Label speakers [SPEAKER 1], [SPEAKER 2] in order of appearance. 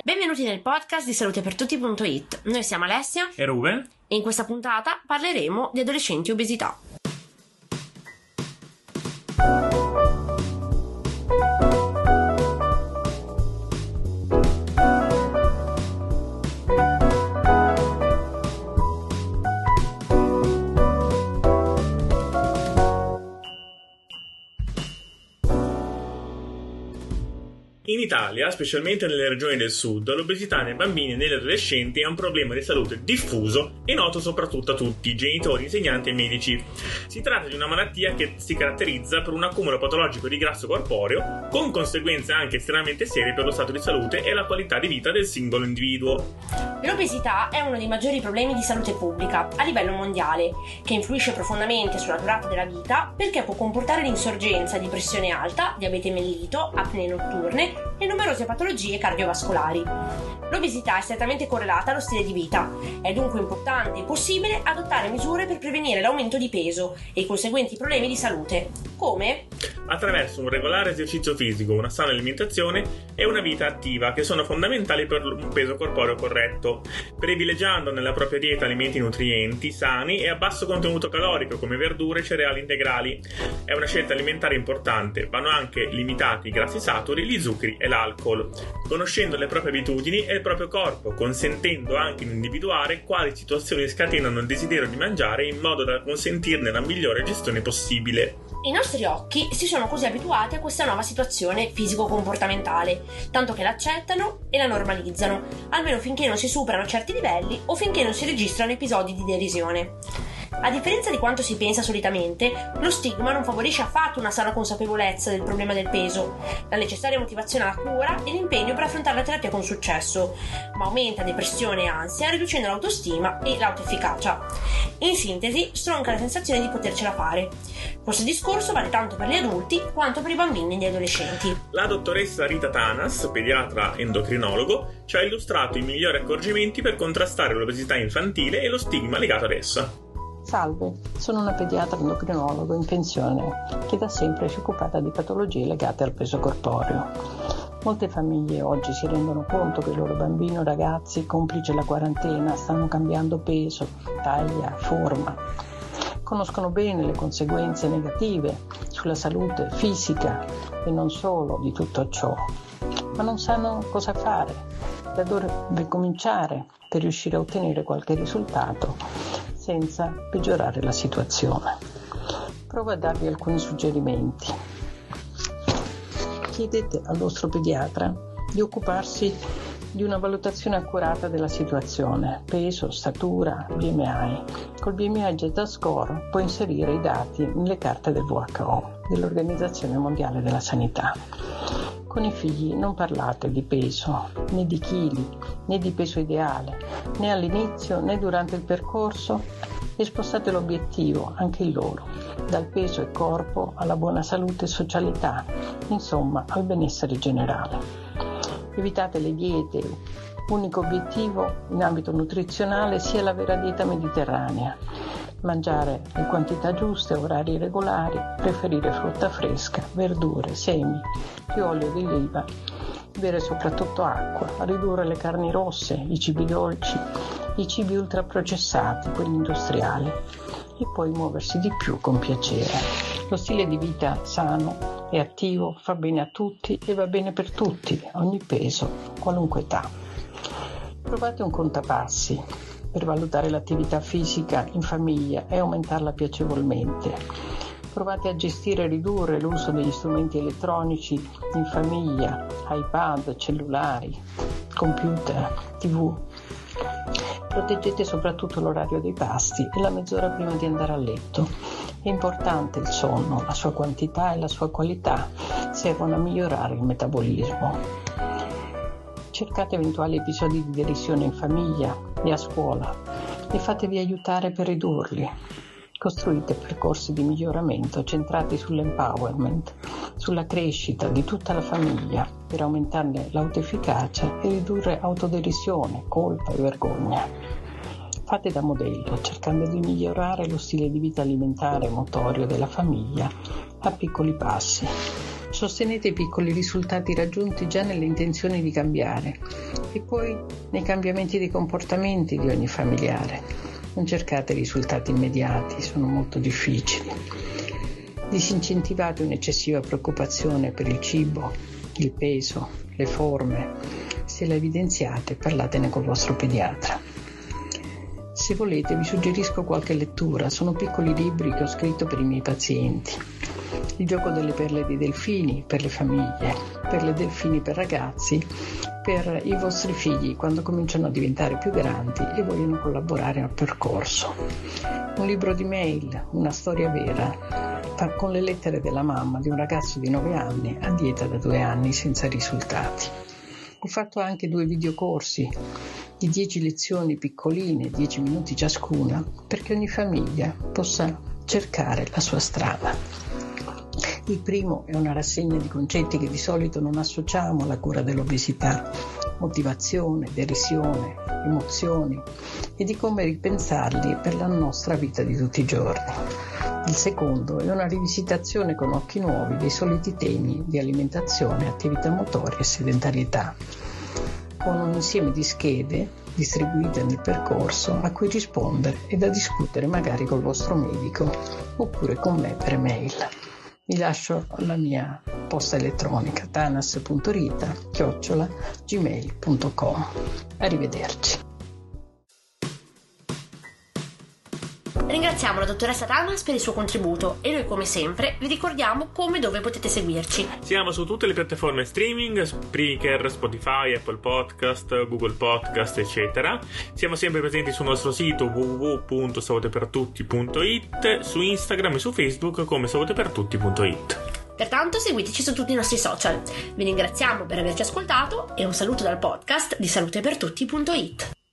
[SPEAKER 1] Benvenuti nel podcast di salutepertutti.it. Noi siamo Alessia
[SPEAKER 2] e Ruben
[SPEAKER 1] e in questa puntata parleremo di adolescenti e obesità.
[SPEAKER 2] In Italia, specialmente nelle regioni del sud, l'obesità nei bambini e negli adolescenti è un problema di salute diffuso e noto soprattutto a tutti, genitori, insegnanti e medici. Si tratta di una malattia che si caratterizza per un accumulo patologico di grasso corporeo, con conseguenze anche estremamente serie per lo stato di salute e la qualità di vita del singolo individuo.
[SPEAKER 1] L'obesità è uno dei maggiori problemi di salute pubblica a livello mondiale, che influisce profondamente sulla durata della vita perché può comportare l'insorgenza di pressione alta, diabete mellito, apnee notturne e numerose patologie cardiovascolari. L'obesità è strettamente correlata allo stile di vita. È dunque importante e possibile adottare misure per prevenire l'aumento di peso e i conseguenti problemi di salute. Come?
[SPEAKER 2] Attraverso un regolare esercizio fisico, una sana alimentazione e una vita attiva, che sono fondamentali per un peso corporeo corretto, privilegiando nella propria dieta alimenti nutrienti, sani e a basso contenuto calorico come verdure e cereali integrali. È una scelta alimentare importante, vanno anche limitati i grassi saturi, gli zuccheri e l'alcol, conoscendo le proprie abitudini e il proprio corpo, consentendo anche di individuare quali situazioni scatenano il desiderio di mangiare in modo da consentirne la migliore gestione possibile.
[SPEAKER 1] I nostri occhi si sono così abituati a questa nuova situazione fisico-comportamentale, tanto che l'accettano e la normalizzano, almeno finché non si superano certi livelli o finché non si registrano episodi di derisione. A differenza di quanto si pensa solitamente, lo stigma non favorisce affatto una sana consapevolezza del problema del peso, la necessaria motivazione alla cura e l'impegno per affrontare la terapia con successo, ma aumenta depressione e ansia, riducendo l'autostima e l'autoefficacia. In sintesi, stronca la sensazione di potercela fare. Questo discorso vale tanto per gli adulti quanto per i bambini e gli adolescenti.
[SPEAKER 2] La dottoressa Rita Tanas, pediatra endocrinologo, ci ha illustrato i migliori accorgimenti per contrastare l'obesità infantile e lo stigma legato ad essa.
[SPEAKER 3] Salve, sono una pediatra endocrinologo in pensione che da sempre si è occupata di patologie legate al peso corporeo. Molte famiglie oggi si rendono conto che i loro bambini o ragazzi, complice la quarantena, stanno cambiando peso, taglia, forma. Conoscono bene le conseguenze negative sulla salute fisica e non solo di tutto ciò, ma non sanno cosa fare, da dove cominciare per riuscire a ottenere qualche risultato senza peggiorare la situazione. Provo a darvi alcuni suggerimenti. Chiedete al vostro pediatra di occuparsi di una valutazione accurata della situazione, peso, statura, BMI. Col BMI Geta Score può inserire i dati nelle carte del WHO, dell'Organizzazione Mondiale della Sanità. Con i figli non parlate di peso, né di chili, né di peso ideale, né all'inizio né durante il percorso, e spostate l'obiettivo, anche il loro, dal peso e corpo alla buona salute e socialità, insomma al benessere generale. Evitate le diete, unico obiettivo in ambito nutrizionale sia la vera dieta mediterranea. Mangiare le quantità giuste, orari regolari, preferire frutta fresca, verdure, semi, più olio di oliva, bere soprattutto acqua, ridurre le carni rosse, i cibi dolci, i cibi ultraprocessati, quelli industriali, e poi muoversi di più con piacere. Lo stile di vita sano e attivo fa bene a tutti e va bene per tutti, ogni peso, qualunque età. Provate un contapassi per valutare l'attività fisica in famiglia e aumentarla piacevolmente. Provate a gestire e ridurre l'uso degli strumenti elettronici in famiglia, iPad, cellulari, computer, TV. Proteggete soprattutto l'orario dei pasti e la mezz'ora prima di andare a letto. È importante il sonno, la sua quantità e la sua qualità servono a migliorare il metabolismo. Cercate eventuali episodi di derisione in famiglia e a scuola e fatevi aiutare per ridurli. Costruite percorsi di miglioramento centrati sull'empowerment, sulla crescita di tutta la famiglia per aumentarne l'autoefficacia e ridurre autoderisione, colpa e vergogna. Fate da modello, cercando di migliorare lo stile di vita alimentare e motorio della famiglia a piccoli passi. Sostenete i piccoli risultati raggiunti già nelle intenzioni di cambiare e poi nei cambiamenti dei comportamenti di ogni familiare. Non cercate risultati immediati, sono molto difficili. Disincentivate un'eccessiva preoccupazione per il cibo, il peso, le forme. Se la evidenziate, parlatene col vostro pediatra. Se volete, vi suggerisco qualche lettura. Sono piccoli libri che ho scritto per i miei pazienti. Il gioco delle perle dei delfini per le famiglie, perle delfini per ragazzi, per i vostri figli quando cominciano a diventare più grandi e vogliono collaborare al percorso. Un libro di mail, una storia vera, con le lettere della mamma di un ragazzo di 9 anni a dieta da 2 anni senza risultati. Ho fatto anche 2 videocorsi di 10 lezioni piccoline, 10 minuti ciascuna, perché ogni famiglia possa cercare la sua strada. Il primo è una rassegna di concetti che di solito non associamo alla cura dell'obesità: motivazione, derisione, emozioni, e di come ripensarli per la nostra vita di tutti i giorni. Il secondo è una rivisitazione con occhi nuovi dei soliti temi di alimentazione, attività motoria e sedentarietà, con un insieme di schede distribuite nel percorso a cui rispondere e da discutere magari col vostro medico oppure con me per email. Vi lascio la mia posta elettronica tanas.rita@gmail.com. Arrivederci.
[SPEAKER 1] Ringraziamo la dottoressa Tanas per il suo contributo e noi, come sempre, vi ricordiamo come e dove potete seguirci.
[SPEAKER 2] Siamo su tutte le piattaforme streaming, Spreaker, Spotify, Apple Podcast, Google Podcast, eccetera. Siamo sempre presenti sul nostro sito www.salotepertutti.it, su Instagram e su Facebook come salotepertutti.it.
[SPEAKER 1] Pertanto seguiteci su tutti i nostri social. Vi ringraziamo per averci ascoltato e un saluto dal podcast di salotepertutti.it.